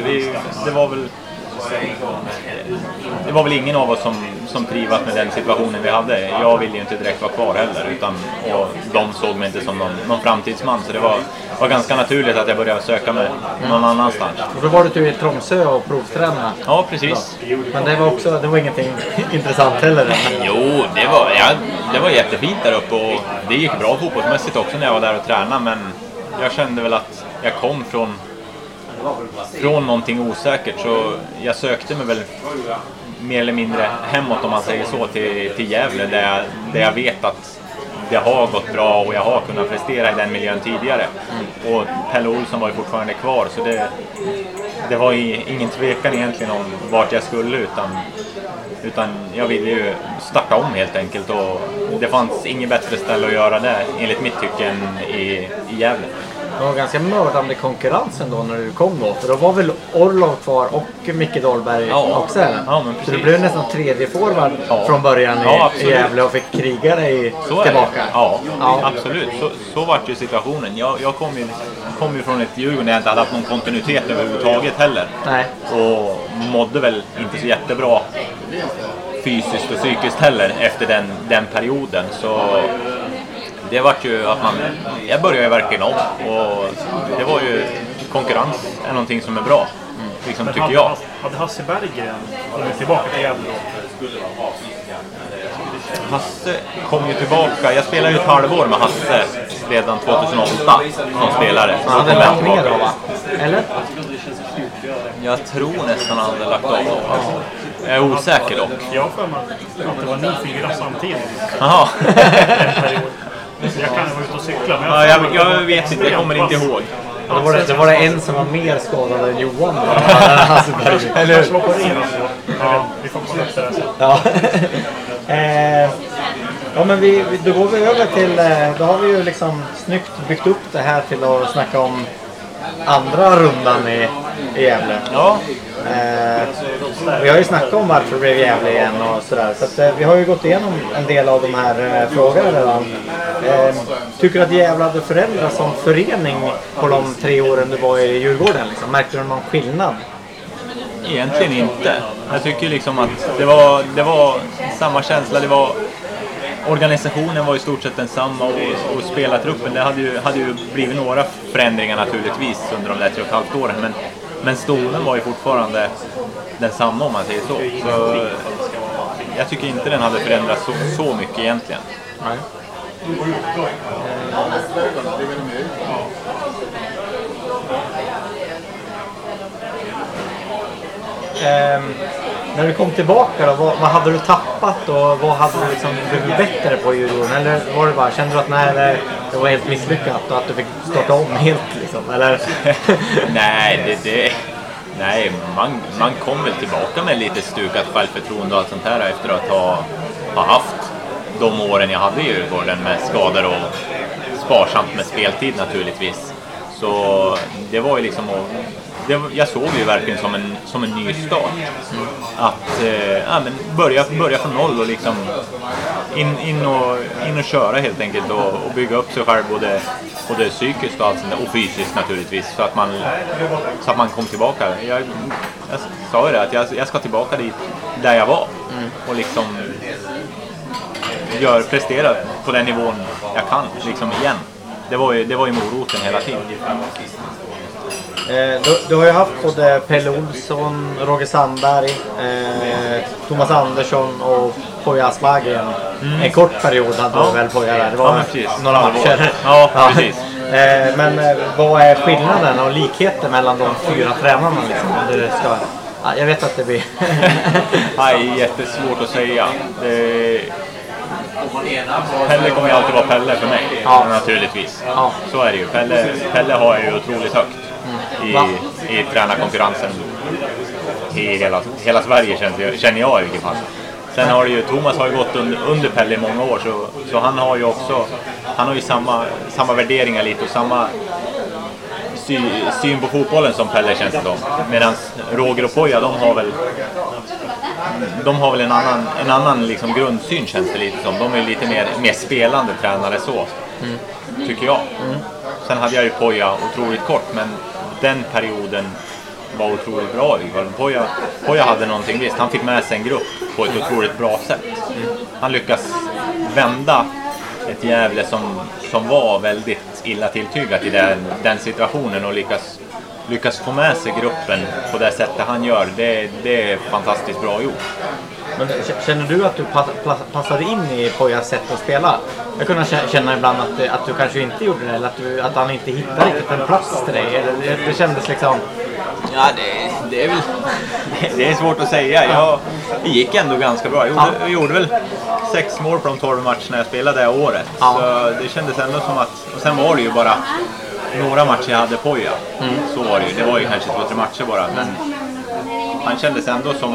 Det var väl ingen av oss som trivas med den situationen vi hade. Jag ville ju inte direkt vara kvar heller, och de såg mig inte som någon framtidsman, så det var ganska naturligt att jag började söka mig någon annanstans. Och då var du i Tromsö och provtränade. Ja, precis. Men det var ingenting intressant heller. Jo, det var jättefint där uppe och det gick bra fotbollsmässigt också när jag var där och tränade, men jag kände väl att jag kom från någonting osäkert, så jag sökte mig väl mer eller mindre hemåt, om man säger så, till Gävle där jag vet att det har gått bra och jag har kunnat prestera i den miljön tidigare. Och Pelle Olsson var ju fortfarande kvar, så det var ingen tvekan egentligen om vart jag skulle, utan jag ville ju starta om helt enkelt, och det fanns inget bättre ställe att göra det enligt mitt tycke än i Gävle. Det var ganska mördande konkurrensen då när du kom då. För då var väl Orlov kvar och Micke Dahlberg också. Ja, men så du blev nästan tredje forward från början i Gävle och fick kriga dig tillbaka. Ja, absolut. Så var ju situationen. Jag kom ju från ett Djurgården där jag inte hade haft någon kontinuitet överhuvudtaget heller. Nej. Och mådde väl inte så jättebra fysiskt och psykiskt heller efter den perioden. Så det var ju att jag började ju verkligen om, och det var ju konkurrens är någonting som är bra, liksom, tycker jag. Hade Hasse Berggren kommit tillbaka till Gävle? Hasse kom ju tillbaka, jag spelade ju ett halvår med Hasse redan 2008 som spelare. Han hade lagt ner då, va? Eller? Jag tror nästan han hade lagt av. Jag är osäker dock. Jag har för mig att det var ni 4 samtidigt. Jaha. Så jag kan vara ute och cykla. Men jag vet inte, jag kommer inte ihåg. Det var en som var mer skadad än Johan då. Eller hur? Ja, vi får släppa det sen. Ja. Ja, men då går vi över till, då har vi ju liksom snyggt byggt upp det här till att snacka om andra rundan i Gävle. Ja. Vi har ju snackat om varför det blev Gävle igen och sådär. Så att, vi har ju gått igenom en del av de här frågorna redan. Tycker du att Gävle hade förändrats som förening på de 3 åren du var i Djurgården? Liksom? Märkte du någon skillnad? Egentligen inte. Jag tycker liksom att det var samma känsla. Organisationen var i stort sett densamma, och spelartruppen, det hade ju blivit några förändringar naturligtvis under de där 3,5 åren, men stolen var ju fortfarande densamma, om man säger så. Så jag tycker inte den hade förändrats så mycket egentligen. Nej. När du kom tillbaka då, vad hade du tappat och vad hade du liksom blivit bättre på i Djurgården? Eller var det bara, kände du att det var helt misslyckat och att du fick starta om helt liksom? Eller? Nej, man kom väl tillbaka med lite stukat självförtroende och allt sånt här efter att ha haft de åren jag hade i Djurgården med skador och sparsamt med speltid naturligtvis. Så det var ju liksom att jag såg det ju verkligen som en ny start. Att men börja från noll och liksom in och köra helt enkelt och bygga upp sig själv både psykiskt och allt sånt där, och fysiskt naturligtvis, så att man kom tillbaka. Jag sa ju det, att jag ska tillbaka dit där jag var och liksom prestera på den nivån jag kan liksom igen. Det var ju moroten hela tiden. Du har ju haft både Pelle Olsson, Roger Sandberg, Thomas Andersson och Poya Asbaghi. En kort period hade du väl Poya där. Det var några matcher. Ja, precis. Men vad är skillnaden och likheten mellan de 4 tränarna liksom? Du ska... jag vet att det blir... Nej, jättesvårt att säga. Pelle kommer ju alltid vara Pelle för mig, naturligtvis. Ja. Så är det ju. Pelle har ju otroligt högt i tränarkonkurrensen i hela Sverige, känner jag i vilket fall. Sen har det ju, Thomas har ju gått under Pelle i många år, så han har ju samma värderingar lite och samma syn på fotbollen som Pelle, känns det som. Medan Roger och Poya, de har väl en annan liksom grundsyn, känns det lite som. De är lite mer spelande tränare så, tycker jag. Sen hade jag ju Poya otroligt kort, men den perioden var otroligt bra. Poya hade någonting visst. Han fick med sig en grupp på ett otroligt bra sätt. Han lyckas vända ett Gävle som var väldigt illa tilltygat i den situationen och lyckas få med sig gruppen på det sättet han gör. Det är fantastiskt bra gjort. Men känner du att du passade in i Poyas sätt att spela? Jag kunde känna ibland att du kanske inte gjorde det, eller att han inte hittade riktigt en plats till dig. Det kändes liksom... Ja, det är väl... Det är svårt att säga. Det gick ändå ganska bra. Jag gjorde väl 6 mål på de 12 matcherna jag spelade det året. Ja. Så det kändes ändå som att... Och sen var det ju bara några matcher jag hade Poya. Så var det ju. Det var ju kanske 2-3 matcher bara. Men han kändes ändå som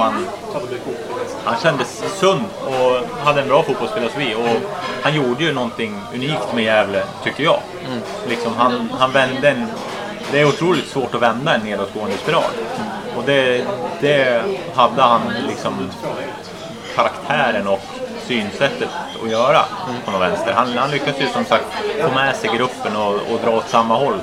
han kändes sund och hade en bra fotbollsfilosofi, och han gjorde ju någonting unikt med Gävle, tycker jag. Liksom han vände det är otroligt svårt att vända en nedåtgående spiral. Och det hade han liksom karaktären och synsättet att göra på något vänster. Han lyckas ju som sagt få med sig gruppen och dra åt samma håll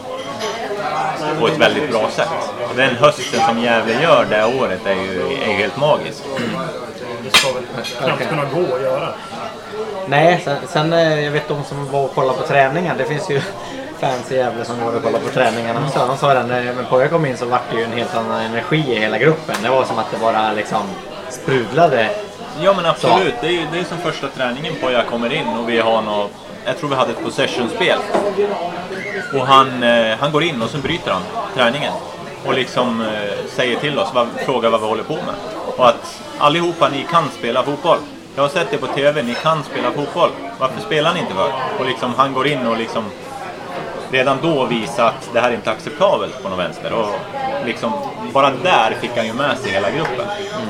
på ett väldigt bra sätt. Och den hösten som Gävle gör det året är ju helt magisk. Det ska väl knappt kunna gå att göra. Nej, sen jag vet de som var och kollade på träningen. Det finns ju fans i Gävle som var och kollade på träningarna. Så de sa när Poya kom in så var det ju en helt annan energi i hela gruppen. Det var som att det bara liksom sprudlade. Ja, men absolut. Det är som första träningen Poya kommer in och vi har jag tror vi hade ett possession-spel. Och han går in och så bryter han träningen. Och liksom säger till oss, frågar vad vi håller på med. Och att allihopa, ni kan spela fotboll. Jag har sett det på tv, ni kan spela fotboll. Varför spelar ni inte för? Och liksom han går in och liksom redan då visar att det här är inte acceptabelt på något vänster. Och liksom bara där fick han ju med sig hela gruppen.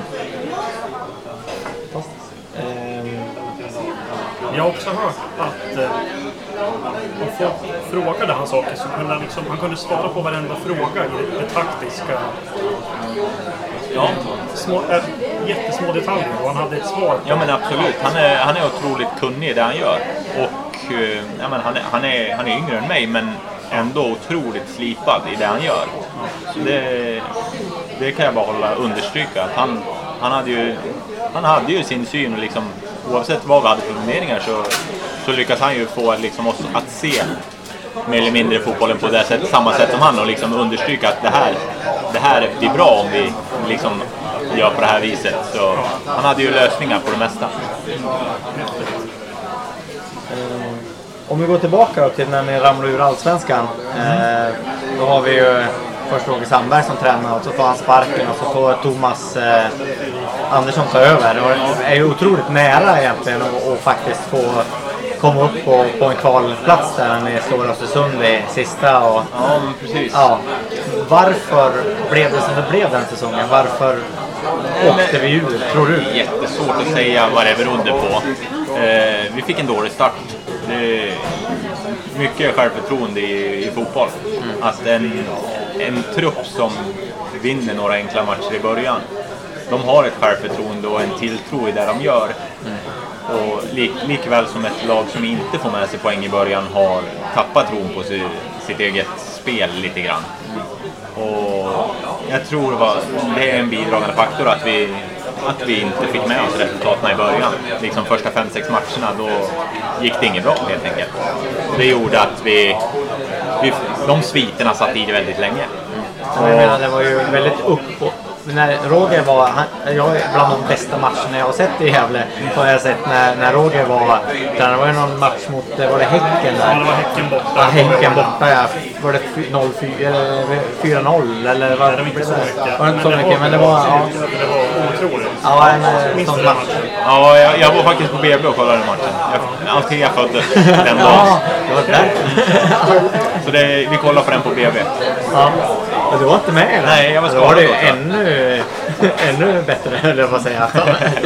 Jag har också hört att om folk frågade han saker så kunde han kunde svara på varenda fråga i det taktiska. Ja, jättesmå detaljer, och han hade ett svar. Ja, men absolut. Han är otroligt kunnig i det han gör. Och han är yngre än mig, men ändå otroligt slipad i det han gör. Så det kan jag bara understryka. Att han hade ju sin syn, och liksom, oavsett vad vi hade för funderingar så lyckas han ju få liksom oss att se mer eller mindre fotbollen på det sätt, samma sätt som han, och liksom understryka att det här blir bra om vi liksom gör på det här viset. Så han hade ju lösningar på det mesta. Om vi går tillbaka till när ni ramlade ur Allsvenskan, då har vi ju först Roger Sandberg som tränar, och så får han sparken, och så får Thomas Andersson ta över. Och det är ju otroligt nära egentligen att faktiskt få komma upp på en kvalplats där ni slår Östersund i sista. Och, ja, precis. Ja. Varför blev det som det blev den säsongen? Varför åkte vi ur, tror du? Det är jättesvårt att säga vad det berodde på. Vi fick en dålig start. Det är mycket självförtroende i fotboll. Att en trupp som vinner några enkla matcher i början. De har ett självförtroende och en tilltro i det de gör. Och likväl som ett lag som inte får med sig poäng i början har tappat tron på sitt eget spel lite grann. Och jag tror det är en bidragande faktor att vi inte fick med oss resultaten i början. Liksom första 5-6 matcherna, då gick det inget bra helt enkelt. Det gjorde att de sviterna satt i det väldigt länge. Jag menar, det var ju väldigt när Roger var, jag är bland de bästa matcherna jag har sett i Gävle, har jag sett när Roger var, det var ju någon match mot, var det Häcken där? Ja, det var Häcken borta. Ja, Häcken borta, ja. Var det 0-4 eller 4-0 eller var det inte så mycket? Var det inte så mycket, men det var, ja. Det var otroligt. Ja, en sån match. Ja, jag var faktiskt på BB och kollade den matchen. Altea föddes den dagen. Ja, det var där. Så vi kollar på den på BB. Ja. Och du var inte med? Eller? Nej, jag var skadad. Då var det ännu bättre, eller vad säger jag.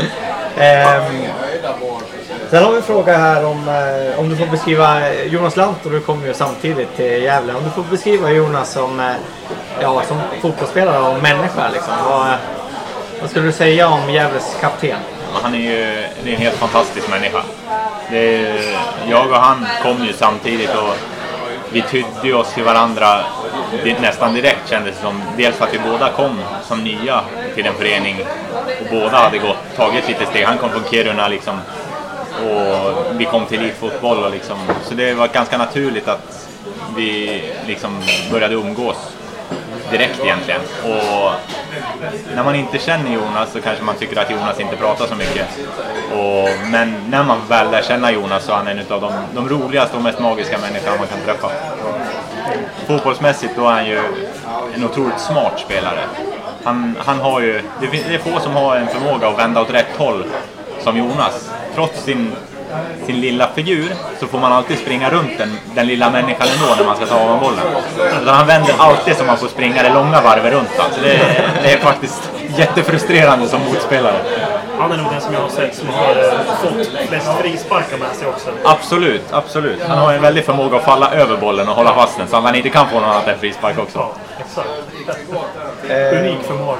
Sen har vi en fråga här om du får beskriva Jonas Lant, och du kommer ju samtidigt till Gävle. Om du får beskriva Jonas som fotbollsspelare och människa, liksom. Vad skulle du säga om Gävles kapten? Han är ju en helt fantastisk människa. Jag och han kom ju samtidigt och vi tydde oss till varandra nästan direkt, kändes det som. Dels för att vi båda kom som nya till en förening och båda hade tagit lite steg. Han kom från Kiruna liksom, och vi kom till elitfotboll och liksom, så det var ganska naturligt att vi liksom började umgås direkt egentligen. Och när man inte känner Jonas så kanske man tycker att Jonas inte pratar så mycket. Men när man väl lär känna Jonas så är han en av de roligaste och mest magiska människorna man kan träffa. Fotbollsmässigt då är han ju en otroligt smart spelare. Han har ju, det är få som har en förmåga att vända åt rätt håll som Jonas. Trots sin lilla figur så får man alltid springa runt den lilla människan ändå när man ska ta av bollen. Utan han vänder alltid så man får springa det långa varvet runt. Så det är faktiskt jättefrustrerande som motspelare. Han är nog den som jag har sett som har fått flest frisparkar med sig också. Absolut. Han har en väldig förmåga att falla över bollen och hålla fast den så att han inte kan få någon annan frispark också. Ja, exakt. Unik förmåga.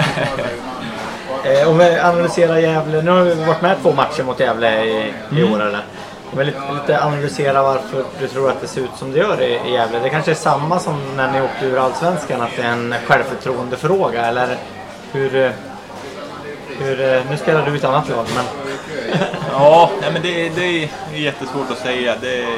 Om vi analyserar Gävle, nu har vi varit med 2 matcher mot Gävle i år eller? Om vi lite analysera varför du tror att det ser ut som det gör i Gävle. Det kanske är samma som när ni åkte ur Allsvenskan, att det är en självförtroendefråga, eller hur nu spelar du i ett annat lag, men ja, men det är jättesvårt att säga.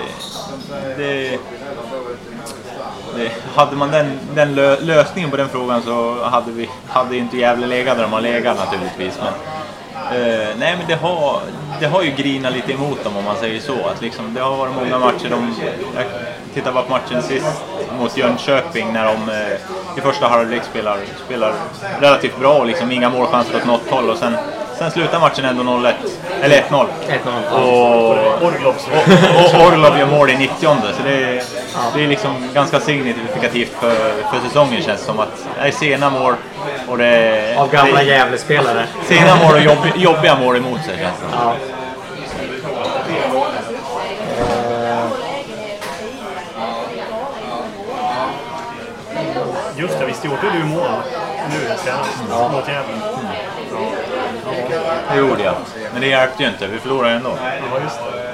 Hade man den lösningen på den frågan så hade inte Gävle legat där de har legat naturligtvis. Men nej, men det har ju grinat lite emot dem, om man säger så. Att liksom, det har varit många matcher. Jag tittar bara på matchen sist mot Jönköping när de i första halvlek spelar relativt bra och liksom inga målchanser åt något håll. Och sen slutar matchen ändå 0-1, eller 1-0. Och Orlov gör mål i 90:e, så det är liksom ganska signifikativt för säsongen, känns som att det är sena mål och det av gamla Gävle-spelare. Sena mål och jobbiga mål emot sig, känns det. Ja. Just det, visst gjorde du mål nu senast mot Gävle. Det gjorde jag. Men det hjälpte ju inte. Vi förlorade ändå. Ja, just det.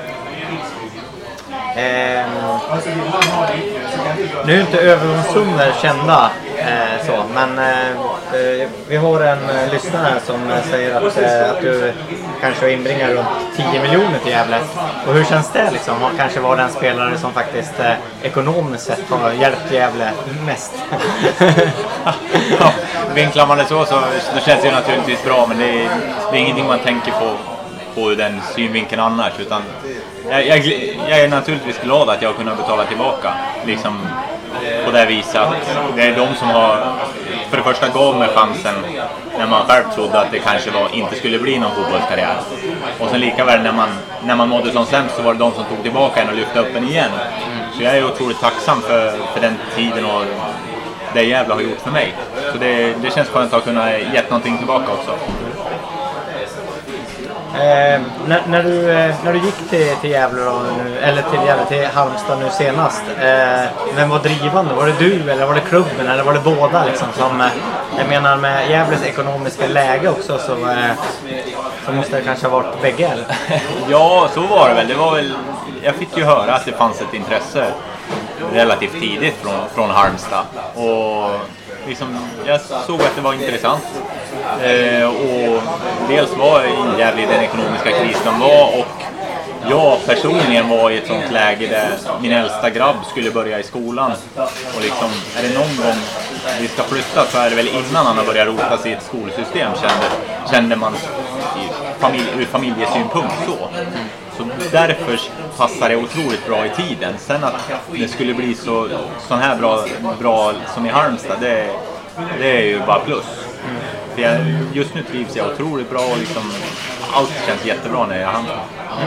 Nu är inte övergångssummor kända så, men vi har en lyssnare som säger att du kanske inbringar runt 10 miljoner till Gävle. Och hur känns det liksom? Kanske var den spelare som faktiskt ekonomiskt sett har hjälpt Gävle mest. Ja, vinklar man det så känns det naturligtvis bra, men det är ingenting man tänker på den synvinkeln annars, utan jag är naturligtvis glad att jag har kunnat betala tillbaka liksom, på det viset att det är de som har för det första gav mig chansen när man själv trodde att det kanske inte skulle bli någon fotbollskarriär, och sen lika väl när man mådde som sämst så var det de som tog tillbaka en och lyfte upp en igen. Så jag är otroligt tacksam för den tiden och det Gävle har gjort för mig, så det känns skönt att kunna gett någonting tillbaka också. När du gick till Gävle då, eller till Halmstad nu senast, vem var drivande? Var det du eller var det klubben eller var det båda liksom? Jag menar med Gävles ekonomiska läge också så måste det kanske ha varit bägge eller? Ja, så var det väl. Jag fick ju höra att det fanns ett intresse relativt tidigt från Halmstad och liksom, jag såg att det var intressant och dels var Gävle i den ekonomiska krisen de var och jag personligen var i ett sånt läge där min äldsta grabb skulle börja i skolan och liksom, är det någon gång vi ska flytta så är det väl innan han har börjat rota sig i ett skolsystem kände man ur familjesynpunkt så. Så därför passar det otroligt bra i tiden. Sen att det skulle bli sån här bra som i Halmstad, det är ju bara plus. För just nu trivs jag otroligt bra och liksom, allt känns jättebra när jag är i Halmstad.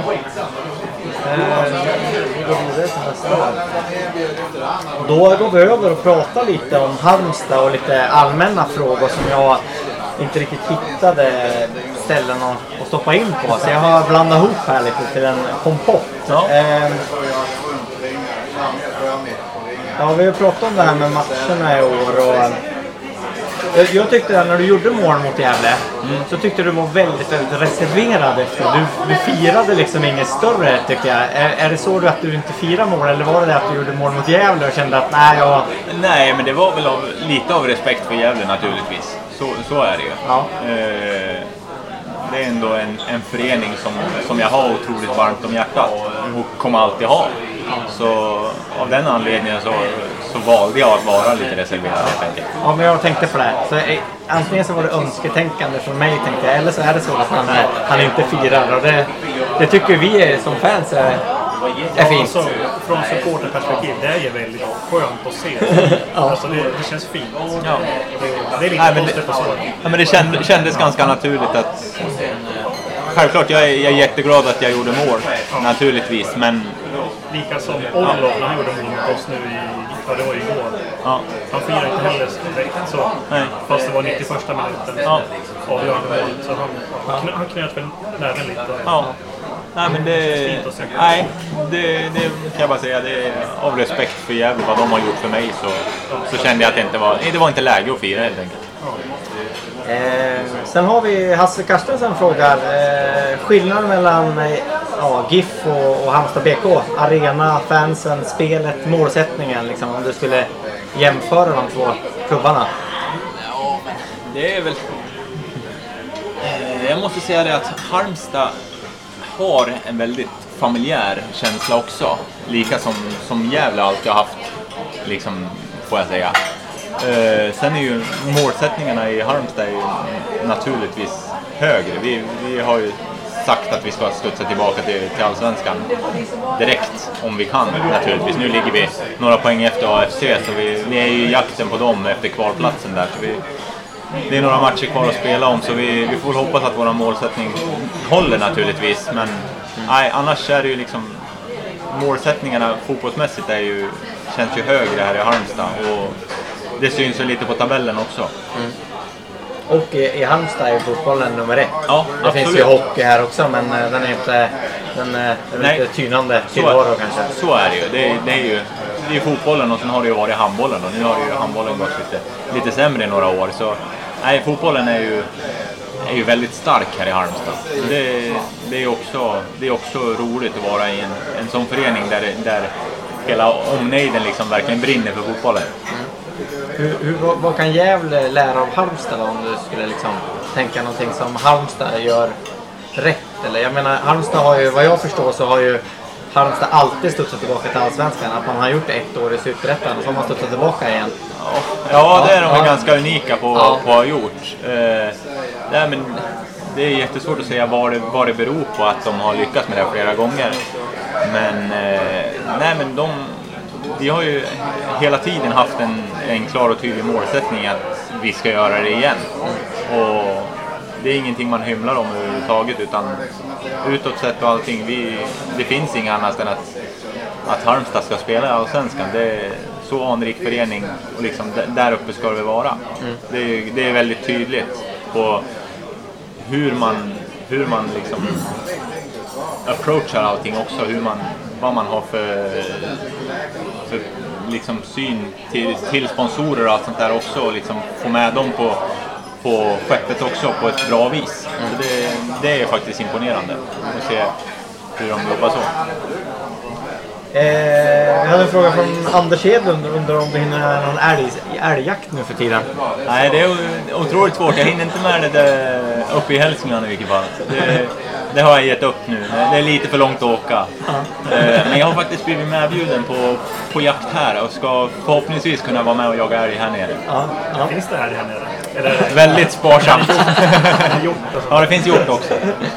Då går vi över och pratar lite om Halmstad och lite allmänna frågor som jag inte riktigt hittade ställen att stoppa in på. Så jag har blandat ihop här lite till en kompott. Ja. Vi har pratat om det här med matcherna i år och jag tyckte att när du gjorde mål mot Gävle så tyckte du var väldigt, väldigt reserverad efter. Du firade liksom inget större tyckte jag. Är det så att du inte firar mål eller var det att du gjorde mål mot Gävle och kände att Nej, men det var väl lite av respekt för Gävle naturligtvis. Så är det ju. Ja. Det är ändå en förening som jag har otroligt varmt om hjärtat och kommer alltid ha. Så av den anledningen så valde jag att vara lite reserverad helt enkelt. Ja, men jag tänkte på det. Så, antingen så var det önsketänkande från mig tänkte jag, eller så är det så att han inte firar. Och det tycker vi som fans är fint. Alltså, från supporterperspektiv, det är ju väldigt skönt att se. Ja. Alltså, det känns fint. Ja. Det är lite konstigt och så. Ja, men det kändes ganska naturligt att... Självklart, jag är jätteglad att jag gjorde mål, naturligtvis, men... Lika som Olof när han gjorde mål mot oss nu det var igår. Ja. Han firar inte heller direkt så. Nej. Fast det var 91 minuten. Ja. Avgörande mål. Så han knöt väl näven lite. Ja. Nej, men det kan jag bara säga. Det är av respekt för Gävle, vad de har gjort för mig så kände jag att det var inte läge att fira helt enkelt. Sen har vi Hasse Karstensen frågar skillnaden mellan GIF och Halmstad BK, arena, fansen, spelet, målsättningen liksom, om du skulle jämföra de två klubbarna. Det är väl... Jag måste säga det att Halmstad har en väldigt familjär känsla också. Lika som Gävle alltid har haft, liksom, får jag säga. Sen är ju målsättningarna i Halmstad är ju naturligtvis högre. Vi har ju sagt att vi ska studsa tillbaka till Allsvenskan direkt om vi kan naturligtvis. Nu ligger vi några poäng efter AFC så vi är ju i jakten på dem efter kvalplatsen där. Så det är några matcher kvar att spela om så vi får hoppas att vår målsättning håller naturligtvis. Men nej, annars är det ju liksom målsättningarna fotbollsmässigt känns ju högre här i Halmstad och det syns ju lite på tabellen också. Mm. Och i Halmstad är fotbollen nummer 1. Ja, det absolut. finns ju hockey här också men den är inte lite tynande tillvaro kanske. Så är det ju. Det är ju fotbollen och sen har det ju varit handbollen och nu har ju handbollen gått lite sämre i några år. Så nej, fotbollen är ju väldigt stark här i Halmstad. Det är också roligt att vara i en sån förening där hela omnejden liksom verkligen brinner för fotbollen. Vad kan Gävle lära av Halmstad då, om du skulle liksom tänka någonting som Halmstad gör rätt? Eller jag menar, Halmstad har ju, vad jag förstår så har ju Halmstad alltid studsat tillbaka till Allsvenskan. Att man har gjort det ett år i Superettan och så har man studsat tillbaka igen. Ja, det är de ganska unika på att ha gjort. Men det är jättesvårt att säga vad det beror på att de har lyckats med det flera gånger. Men vi har ju hela tiden haft en klar och tydlig målsättning att vi ska göra det igen. Och det är ingenting man hymlar om överhuvudtaget utan utåt sett och allting. Det finns inget annat än att Halmstad ska spela i Allsvenskan. Det är så anrik förening och liksom där uppe ska det vara. Det är väldigt tydligt på hur hur man liksom approachar allting också, vad man har för liksom syn till sponsorer och allt sånt där också, och liksom få med dem på skeppet också på ett bra vis. Så det är faktiskt imponerande att se hur de jobbar så. Jag hade en fråga från Anders Hedlund, undrar om du hinner någon älgjakt nu för tiden? Nej, det är otroligt svårt. Jag hinner inte med det där uppe i Hälsingland i vilket fall. Det har jag gett upp nu. Det är lite för långt att åka. Men jag har faktiskt blivit medbjuden på jakt här och ska förhoppningsvis kunna vara med och jaga älg här nere. Ja. Finns det här nere? Eller? Väldigt sparsamt. Ja, det finns hjort också.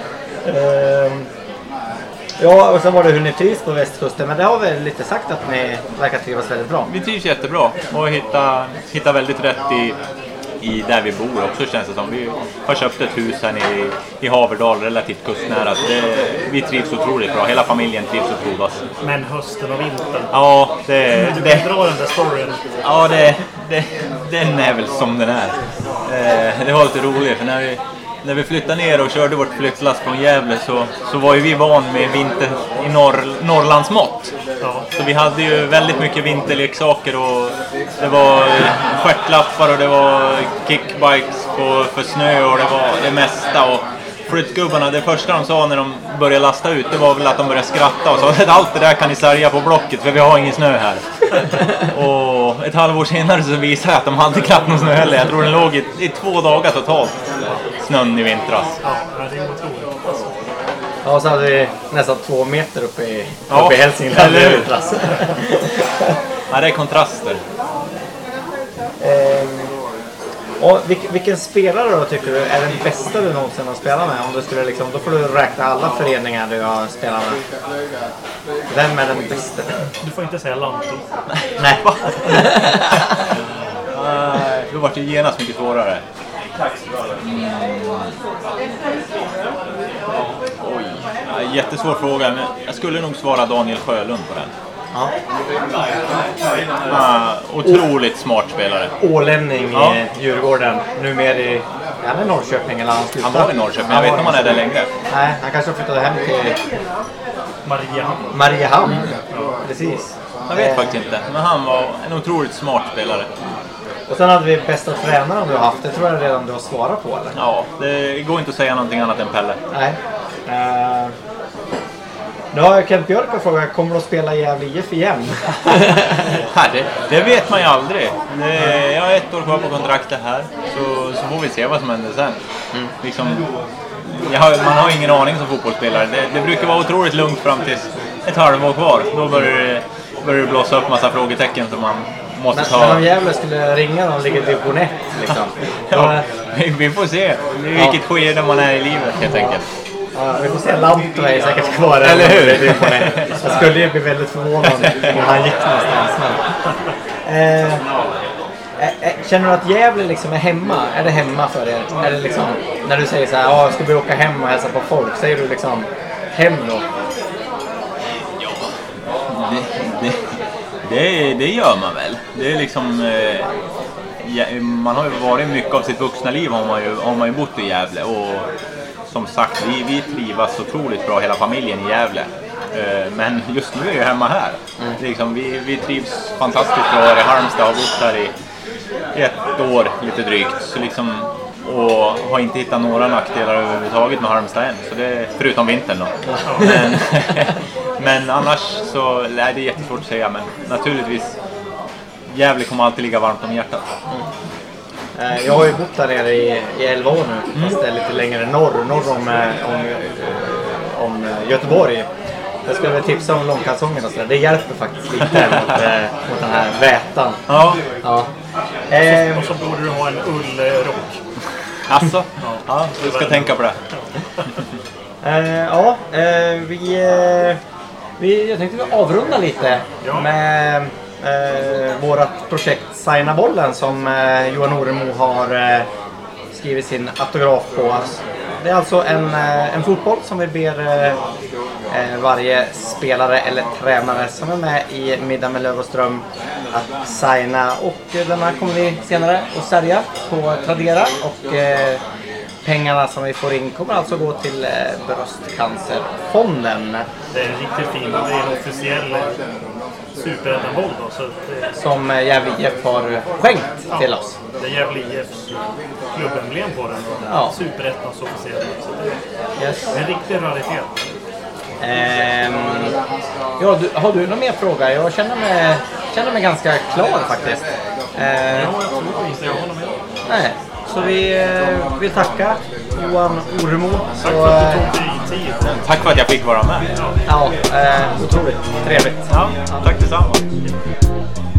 Ja, och sen var det hur ni trivs på västkusten, men det har väl lite sagt att ni verkar trivas väldigt bra. Vi trivs jättebra och hittar väldigt rätt i där vi bor också, känns det som. Vi har köpt ett hus här nere i Haverdal, relativt kustnära. Vi trivs otroligt bra, hela familjen trivs och trivas. Men hösten och vintern? Ja, du kan dra den där storyn. Ja, den är väl som den är. Det var lite roligt, för när vi flyttade ner och körde vårt flyttlass från Gävle så var ju vi van med vinter i Norrlandsmått. Ja. Så vi hade ju väldigt mycket vinterleksaker och det var stjärtlappar och det var kickbikes för snö och det var det mesta. Och flyttgubbarna, det första de sa när de började lasta ut, det var väl att de började skratta och sa att allt det där kan ni sälja på Blocket för vi har ingen snö här. Och ett halvår senare så visade jag att de hade knappt någon snö heller. Jag tror den låg i 2 dagar totalt, snön i vintras. Ja, det är otroligt. Ja, och så hade vi nästan 2 meter uppe i Hälsingland. Eller hur? Ja, det är kontraster. Och vilken spelare då tycker du är den bästa du någonsin har spelat med? Om du skulle liksom, då får du räkna alla föreningar du har spelat med. Vem är den bästa? Du får inte säga Lanto. Nej. Det var ju genast mycket svårare. Oj, jättesvår fråga, men jag skulle nog svara Daniel Sjölund på den. Ja. Otroligt smart spelare. Ålänning i Djurgården. Numera i Norrköping eller han slutade. Han var i Norrköping, jag vet inte om han är där längre. Nej, han kanske flyttade hem till Mariehamn. Precis. Jag vet faktiskt inte, men han var en otroligt smart spelare. Och sen hade vi bästa tränaren du har haft. Det tror jag redan du har svarat på, eller? Ja, det går inte att säga någonting annat än Pelle. Nej. Nu har Kent Björk frågat, kommer du att spela i Gävle IF igen? det vet man ju aldrig. Jag har 1 år kvar på kontraktet här, så får vi se vad som händer sen. Liksom, man har ingen aning som fotbollsspelare. Det brukar vara otroligt lugnt fram till ett halvår kvar. Då börjar det blåsa upp massa frågetecken som man måste ta. Men om Gävle skulle ringa när de ligger i division 1 liksom. Ja, vi får se vilket skede man är i livet helt enkelt. Ja, vi får se, Lanto är säkert kvar. Eller hur? Jag skulle ju bli väldigt förvånad om han gick någonstans. Känner du att Gävle liksom är hemma? Är det hemma för er? Är det liksom, när du säger så här, jag ska vi åka hem och hälsa på folk, säger du liksom hem då? Det gör man väl. Det är liksom man har ju varit mycket av sitt vuxna liv har man ju bott i Gävle, och som sagt, vi trivas otroligt bra, hela familjen i Gävle. Men just nu är jag hemma här. Liksom, vi trivs fantastiskt bra här i Halmstad, har bott här i 1 år lite drygt. Så liksom, och har inte hittat några nackdelar överhuvudtaget med Halmstad än. Så det, förutom vintern då. Men annars så är det jättesvårt att säga. Men naturligtvis, Gävle kommer alltid ligga varmt om hjärtat. Jag har ju bott där nere i 11 år nu, fast det är lite längre norr om Göteborg. Jag skulle vilja tipsa om långkalsongerna och sådär. Det hjälper faktiskt lite mot den här vätan. Ja. Och så borde du ha en ullrock. Alltså? Ja, du ska tänka på det. Jag tänkte vi avrunda lite med vårat projekt Signa bollen som Johan Oremo har skrivit sin autograf på. Det är alltså en fotboll som vi ber varje spelare eller tränare som är med i Middag med Löv och Ström att signa, och den här kommer vi senare att sälja på Tradera, och pengarna som vi får in kommer alltså gå till Bröstcancerfonden. Det är riktigt fint. Det är en officiell superettanboll då. Så det... Som Gävle IF har skänkt till oss. Det är Gävle IFs klubbemblem på den. Ja. Superettans officiella. Så det är Yes. en riktig raritet. Ja, har du någon mer fråga? Jag känner mig ganska klar faktiskt. Jag tror inte jag håller med. Nej, så vi vill tacka Johan Oremo. Tack för att du tog dig tid. Tack för att jag fick vara med. Ja, otroligt trevligt. Ja, tack detsamma.